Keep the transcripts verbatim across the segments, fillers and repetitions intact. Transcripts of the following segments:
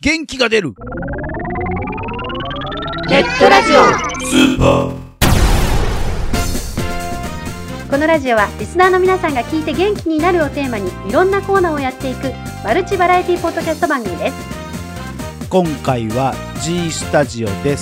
元気が出るネットラジオスーパー。このラジオはリスナーの皆さんが聞いて元気になるをテーマにいろんなコーナーをやっていくマルチバラエティポッドキャスト番組です。 今回は G スタジオです。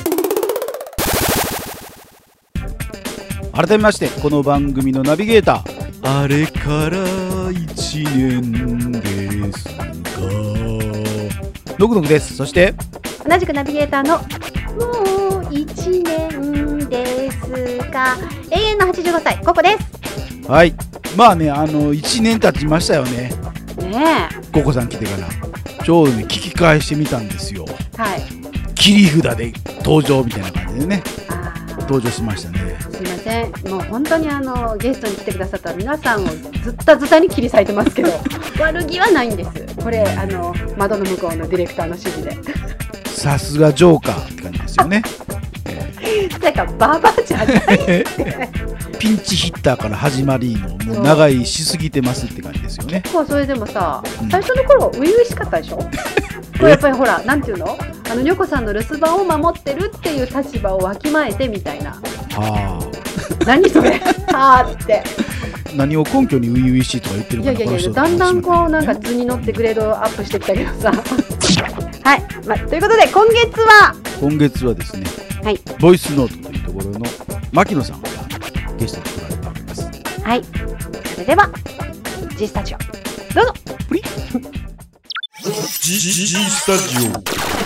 改めましてこの番組のナビゲーター、あれからいちねんですがノクノクです。そして同じくナビゲーターのもういちねんですが永遠のはちじゅうごさいココです。 はい、まあね、あのいちねん経ちましたよね。 ねえ、 ココさん来てからちょうどね聞き返してみたんですよ。 はい、 切り札で登場みたいな感じでね、 あ登場しましたね。 すいません、もう本当にあのゲストに来てくださった皆さんをずったずたに切り裂いてますけど悪気はないんです。これあの窓の向こうのディレクターの指示でさすがジョーカーって感じですよねなんかババじゃないってピンチヒッターから始まりのもう長いしすぎてますって感じですよね。 そう、それでもさ、 うん、 最初の頃初々しかったでしょこれやっぱりほら、なんていうの、あのニョコさんの留守番を守ってるっていう立場をわきまえてみたいな。 あ何それあーって何を根拠に初々しいとか言ってるかな。 いやいやいや、だんだんこうなんか図に乗ってグレードアップしてきたけどさはい、まあ、ということで今月は今月はですね、 はい、 ボイスノートというところの牧野さんがゲストに来られております。 はい、それでは G スタジオどうぞ。プリ G, G, G スタジオ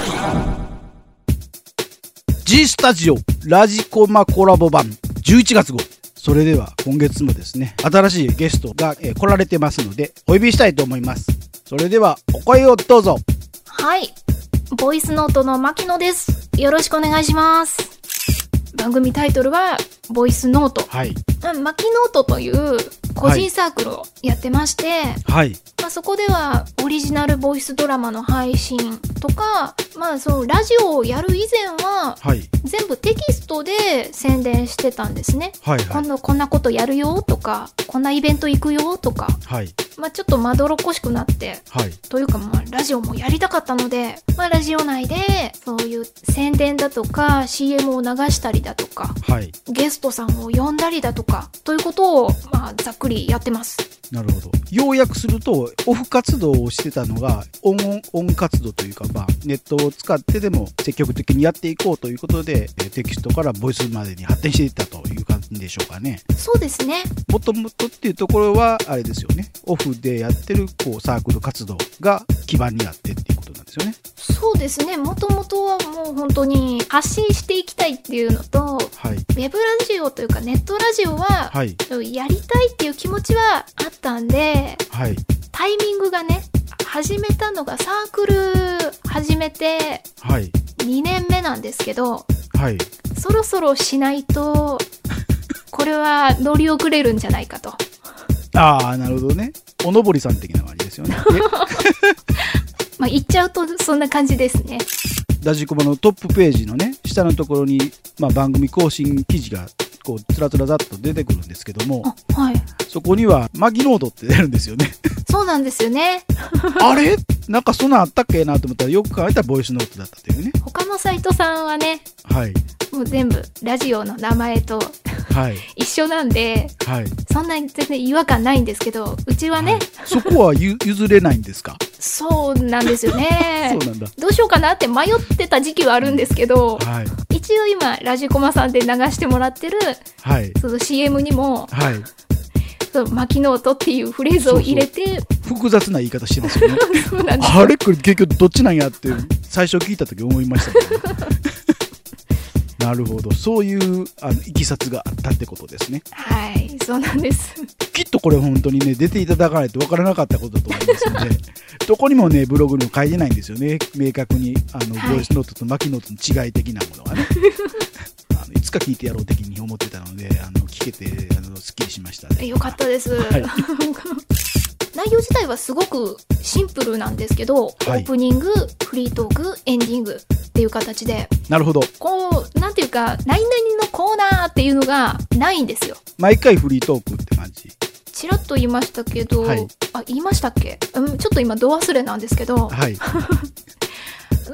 G スタジオラジコマコラボ版じゅういちがつ号。それでは今月もですね新しいゲストが、えー、来られてますのでお呼びしたいと思います。それではお声をどうぞ。 はい、ボイスノートの牧野です。よろしくお願いします。番組タイトルはボイスノート、 はい、 マキノートという個人サークルをやってまして、 はい、 まあ、そこではオリジナルボイスドラマの配信とか、まあ、そうラジオをやる以前は、はい、全部テキストで宣伝してたんですね、はいはい、今度こんなことやるよとかこんなイベント行くよとか、はい、まあ、ちょっとまどろっこしくなって、はい、というか、まあ、ラジオもやりたかったので、まあ、ラジオ内でそういう宣伝だとか シーエム を流したりだとか、はい、ゲストさんを呼んだりだとかということを、まあ、ざっくりやってます。 なるほど。要約するとオフ活動をしてたのがオンオン活動というか、まあ、ネットを使ってでも積極的にやっていこうということでテキストからボイスまでに発展していったという感じでしょうかね。 そうですね。 もともとっていうところはあれですよね、オフでやってるこうサークル活動が基盤になってっていうことなんですよね。 そうですね。もともとはもう本当に発信していきたいっていうのと、はい、ウェブラジオというかネットラジオは、はい、やりたいっていう気持ちはあったんで、はい、タイミングがね、始めたのがサークル始めてにねんめなんですけど、はい、そろそろしないとこれは乗り遅れるんじゃないかと。 ああ、なるほどね。おのぼりさん的な感じですよねまあ言っちゃうとそんな感じですね。 ラジコマのトップページのね下のところに、まあ、番組更新記事がこうつらつらざっと出てくるんですけども、はい、そこにはマギノードって出るんですよね。 そうなんですよねあれなんかそんなんあったっけなと思ったらよく考えたらボイスノートだったというね。 他のサイトさんはね、はい、もう全部ラジオの名前と、はい、一緒なんで、はい、そんなに全然違和感ないんですけど、うちはね、はい、 そこは譲れないんですか？ そうなんですよねそうなんだ。 どうしようかなって迷ってた時期はあるんですけど、はい、一応今ラジコマさんで流してもらってる、はい、その シーエム にも、はい、そうマキノートっていうフレーズを入れて、 そうそう複雑な言い方してますよねそうなんです。 あれこれ結局どっちなんやって最初聞いた時思いましたけど、ね、なるほど、そういうあのいきさつがあったってことですね。 はい、そうなんです。 きっとこれ本当にね出ていただかないと分からなかったことだと思いますのでどこにもねブログにも書いてないんですよね、明確にあの、はい、ボイスノートとマキノートの違い的なものがねあのいつか聞いてやろう的に思ってたので、あの聞けてあのすっきりしましたね。 よかったです、はい内容自体はすごくシンプルなんですけど、はい、オープニング、フリートーク、エンディングっていう形で、 なるほど、 こうなんていうか何々のコーナーっていうのがないんですよ。 毎回フリートークって感じ。 ちらっと言いましたけど、はい、あ言いましたっけ、うん、ちょっと今ど忘れなんですけど、はい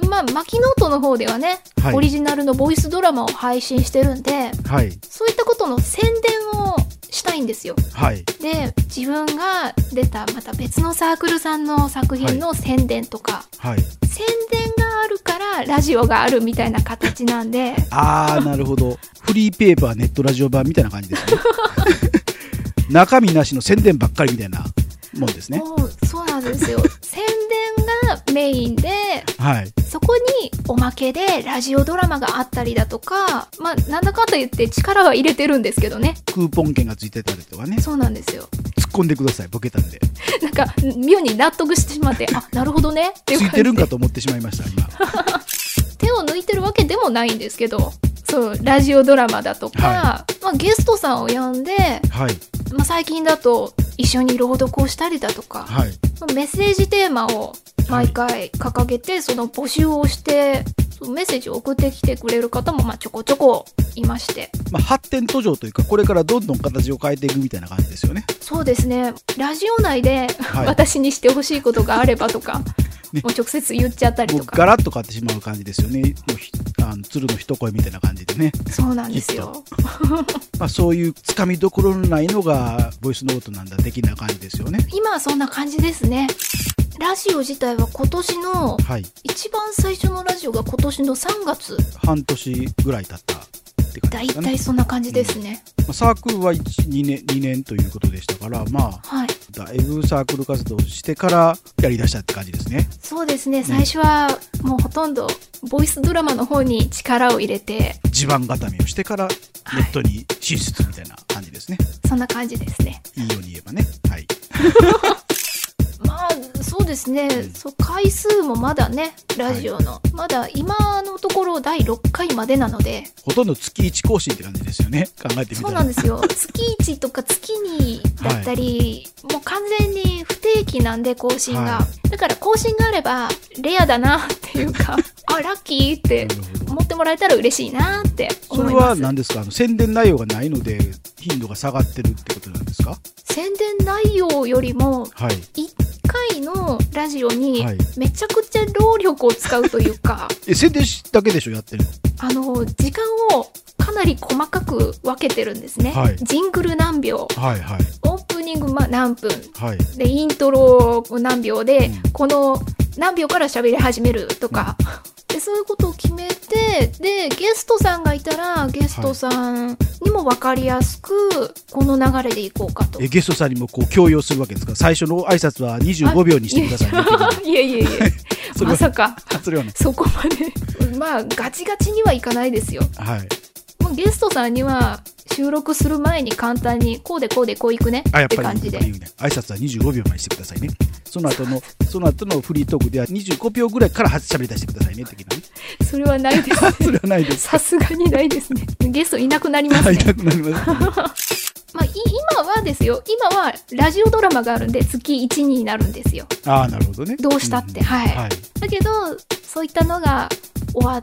まあマキノートの方ではね、はい、オリジナルのボイスドラマを配信してるんで、はい、そういったことの宣伝をしたいんですよ、はい、で自分が出たまた別のサークルさんの作品の宣伝とか、はいはい、宣伝があるからラジオがあるみたいな形なんであーなるほどフリーペーパーネットラジオ版みたいな感じですね中身なしの宣伝ばっかりみたいなもんですね。 そうなんですよ宣伝がメインで、はい、そこにおまけでラジオドラマがあったりだとか、まあなんだかんだ言って力は入れてるんですけどね。 クーポン券がついてたりとかね。 そうなんですよ。 突っ込んでください、ボケたんで。 なんか妙に納得してしまってあなるほどねっていう感じでついてるんかと思ってしまいました今手を抜いてるわけでもないんですけど、そうラジオドラマだとか、はい、まあ、ゲストさんを呼んで、はい、まあ、最近だと一緒に朗読をしたりだとか、はい、メッセージテーマを毎回掲げて、はい、その募集をしてメッセージを送ってきてくれる方もまあちょこちょこいまして、 まあ、発展途上というかこれからどんどん形を変えていくみたいな感じですよね。 そうですね。ラジオ内で、はい、私にしてほしいことがあればとかね、もう直接言っちゃったりとかガラッと変わってしまう感じですよね。もうあの鶴の一声みたいな感じでね。 そうなんですよまあそういうつかみどころのないのがボイスノートなんだ的な感じですよね。 今はそんな感じですね。ラジオ自体は今年の、はい、一番最初のラジオが今年のさんがつ、 半年ぐらい経ったって感じですかね。 だいたいそんな感じですね、 うん、まあ、サークルはいち、にねん、にねんということでしたから、まあ、はい、だいぶサークル活動してからやりだしたって感じですね。 そうですね、最初はもうほとんどボイスドラマの方に力を入れて地盤固めをしてからネットに進出みたいな感じですね、はい、 そんな感じですね。 いいように言えばね、はいまあそうですね、うん、そう回数もまだねラジオの、はい、まだ今のところだいろっかいまでなのでほとんど月いち更新って感じですよね。考えてみたらそうなんですよ月いちとか月にだったり、はい、もう完全に不定期なんで更新が、はい、だから更新があればレアだなっていうかあラッキーって思ってもらえたら嬉しいなって思います。 それは何ですか、あの宣伝内容がないので頻度が下がってるってことなんですか。 宣伝内容よりも、はい、いっかいのラジオにめちゃくちゃ労力を使うというか、はい、 え宣伝だけでしょやってるの。 あの時間をかなり細かく分けてるんですね、はい、ジングル何秒、はいはい、オープニングま何分、はい、でイントロ何秒で、うん、この何秒から喋り始めるとか、うん、でそういうことを決めて、でゲストさんがいたらゲストさんにも分かりやすくこの流れでいこうかと。 えゲストさんにもこう強要するわけですか。最初の挨拶はにじゅうごびょうにしてください、ね、 いやいやいやまさかそれは、ね、 そこまでまあガチガチにはいかないですよ、はい、もうゲストさんには収録する前に簡単にこうでこうでこういくねって感じで、あやっぱり、ね、 挨拶はにじゅうごびょうまでしてくださいね。その後のその後のフリートークではにじゅうごびょうぐらいから喋り出してくださいね的なね。 それはないです、ね、 それはないです。 さすがにないですね。ゲストいなくなりますね。いなくなります、ねまあ、今はですよ、今はラジオドラマがあるんで月いちになるんですよ。 ああなるほどね。 どうしたって、うん、はい、はい、だけどそういったのが終わって、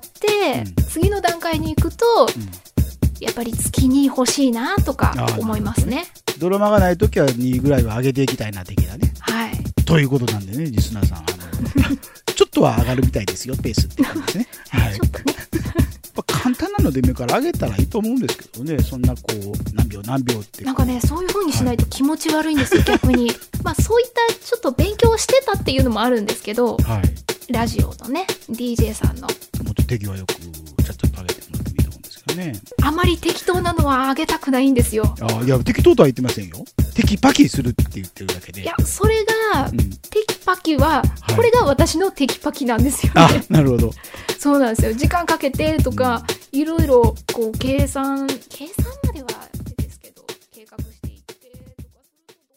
うん、次の段階に行くと、うん、やっぱり月に欲しいなとか思いますね。 ドラマがないときはにぐらいは上げていきたいな的なね。はい。ということなんでね、リスナーさんあのちょっとは上がるみたいですよペースって感じですね。はい。ちょっとね。簡単なので目から上げたらいいと思うんですけどね。そんなこう何秒何秒ってなんかね、そういう風にしないと気持ち悪いんですよ、はい、逆に。まあそういったちょっと勉強してたっていうのもあるんですけど、はい、ラジオのね ディージェー さんのもっと手際よくちゃっちゃと上げてもらってもいいと思うんですけどね。 あまり適当なのは上げたくないんですよ。 あいや適当とは言ってませんよ。テキパキするって言ってるだけで。 いやそれが、うん、テキパキは、はい、これが私のテキパキなんですよね。 あなるほど。 そうなんですよ。時間かけてとか、うん、いろいろこう計算計算まではですけど計画していってとか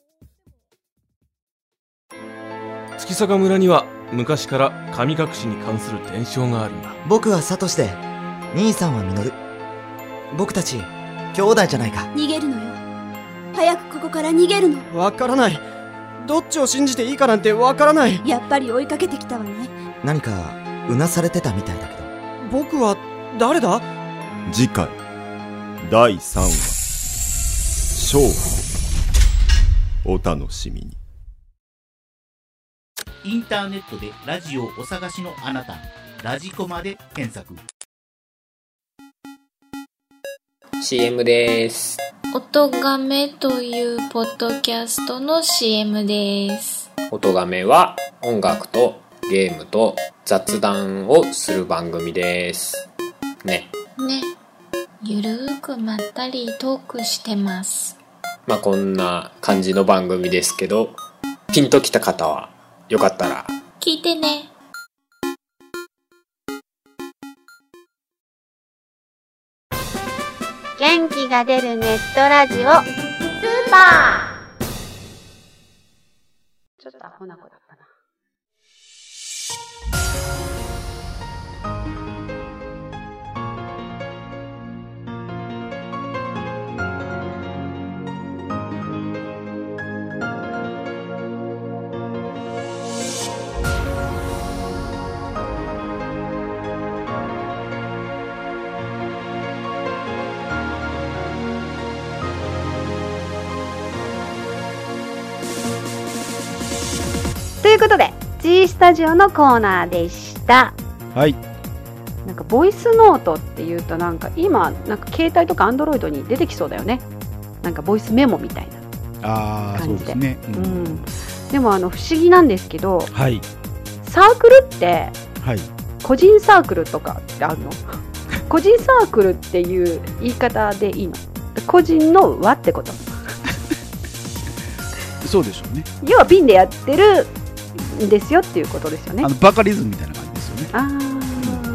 すると月坂村には昔から神隠しに関する伝承があるんだ。 僕はサトシで兄さんはミノル。僕たち兄弟じゃないか。 逃げるのよ。早くここから逃げるの。 わからない。どっちを信じていいかなんてわからない。 やっぱり追いかけてきたわね。何かうなされてたみたいだけど。 僕は誰だ。 次回だいさんわ勝負。お楽しみに。 インターネットでラジオをお探しのあなた、 ラジコマで検索。 シーエム です。 音がめというポッドキャストの シーエム です。 音がめは音楽とゲームと雑談をする番組ですね。 ね、ゆるーくまったりトークしてます。 まあこんな感じの番組ですけど、ピンときた方はよかったら聞いてね。 元気が出るネットラジオスーパー。ちょっとアホな子だったな。ということで G スタジオのコーナーでした。 はい。 なんかボイスノートっていうとなんか今なんか携帯とかアンドロイドに出てきそうだよね。なんかボイスメモみたいな感じで。ああ、そうですね。うんうん、でもあの不思議なんですけど、はい、サークルって、はい、個人サークルとかってあるの？個人サークルっていう言い方でいいの？個人の輪ってこと？ そうでしょうね。 要はピンでやってるんですよっていうことですよね。 あのバカリズムみたいな感じですよね。 ああ、うん、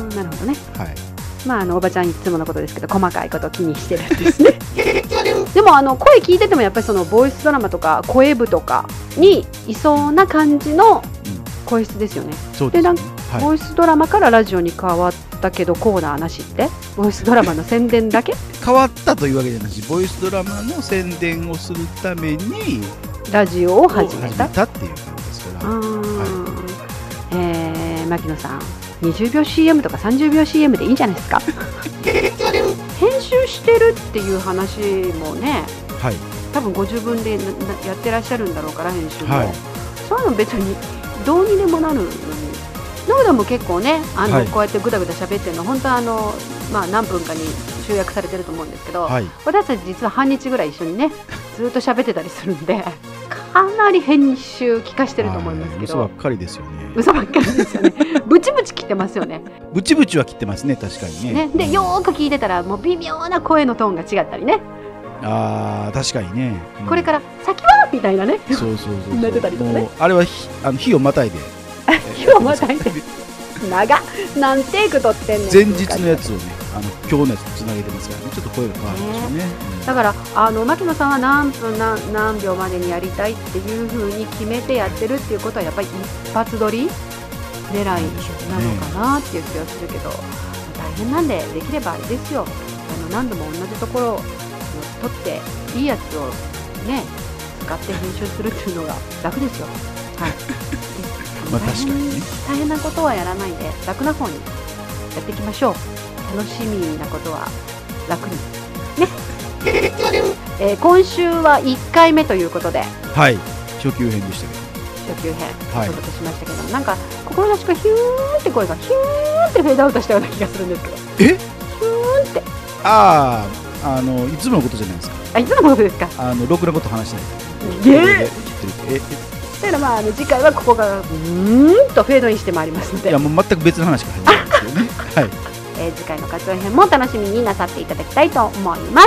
なるほどね。 はい。 まああのおばちゃんいつものことですけど細かいことを気にしてるんですね。でもあの声聞いててもやっぱりそのボイスドラマとか声部とかにいそうな感じの声質ですよね。うん、そうですね。でなんはい、ボイスドラマからラジオに変わったけどコーナーなしってボイスドラマの宣伝だけ変わったというわけじゃなし、ボイスドラマの宣伝をするためにラジオを始めたっていうことですから。 はい、えー、牧野さんにじゅうびょう シーエム とかさんじゅうびょう シーエム でいいんじゃないですか。編集してるっていう話もね、はい、多分ご自分でやってらっしゃるんだろうから編集も、はい、そういうの別にどうにでもなるのに、ノブドも結構ねあの、はい、こうやってぐだぐだ喋ってるの本当はあの、まあ、何分かに集約されてると思うんですけど、はい、私たち実は半日ぐらい一緒にねずっと喋ってたりするんでかなり編集聞かしてると思いますけど、 嘘ばっかりですよね。 嘘ばっかりですよね。ブチブチ切ってますよね。 ブチブチは切ってますね、確かに ね, ねでよーく聞いてたらもう微妙な声のトーンが違ったりね。 あー確かにね、 うん、これから先はみたいなね、 そうそうそうそうなってたりとかね。 あれはひあの日をまたいで日をまたいで長何テイク撮ってんねん。 前日のやつをねあの今日のやつとつなげてますからね、ちょっと声が変わるんですよね。ね、 うん、だからあの牧野さんは何分 何, 何秒までにやりたいっていう風に決めてやってるっていうことはやっぱり一発撮り狙いなのかなっていう気がするけど、大変なんでできればあれですよ、あの何度も同じところを撮っていいやつをね使って編集するっていうのが楽ですよ。はい。 まあ確かにね。 大変なことはやらないで楽な方にやっていきましょう。楽しみなことは楽にね。えー、今週はいっかいめということで、 はい、初級編でしたけど。 初級編お届けしましたけど、なんか心なしかヒューンって声がヒューンってフェードアウトしたような気がするんですけど。 え？ヒューンって。 ああ、あのいつものことじゃないですか。 あ、いつものことですか。 あのろくなこと話してない。ゲー。え、だからまああの次回はここがうーんとフェードインしてまいりますので。 いやもう全く別の話が始まるんですけどね。はい。 えー、次回の活動編も楽しみになさっていただきたいと思います。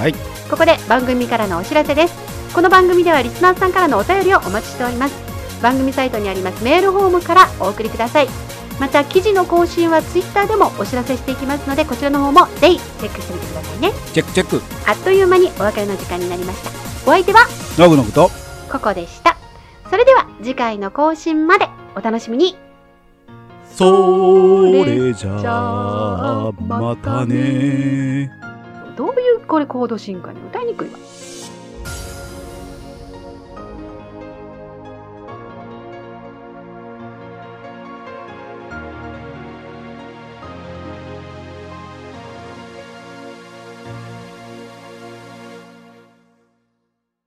はい。 ここで番組からのお知らせです。この番組ではリスナーさんからのお便りをお待ちしております。番組サイトにありますメールフォームからお送りください。また記事の更新はツイッターでもお知らせしていきますので、こちらの方もぜひチェックしてみてくださいね。 チェックチェック。 あっという間にお別れの時間になりました。お相手はノブノブとココでした。それでは次回の更新までお楽しみに。 それじゃあまたね。 どういうこれコード進化に歌いにくいわ。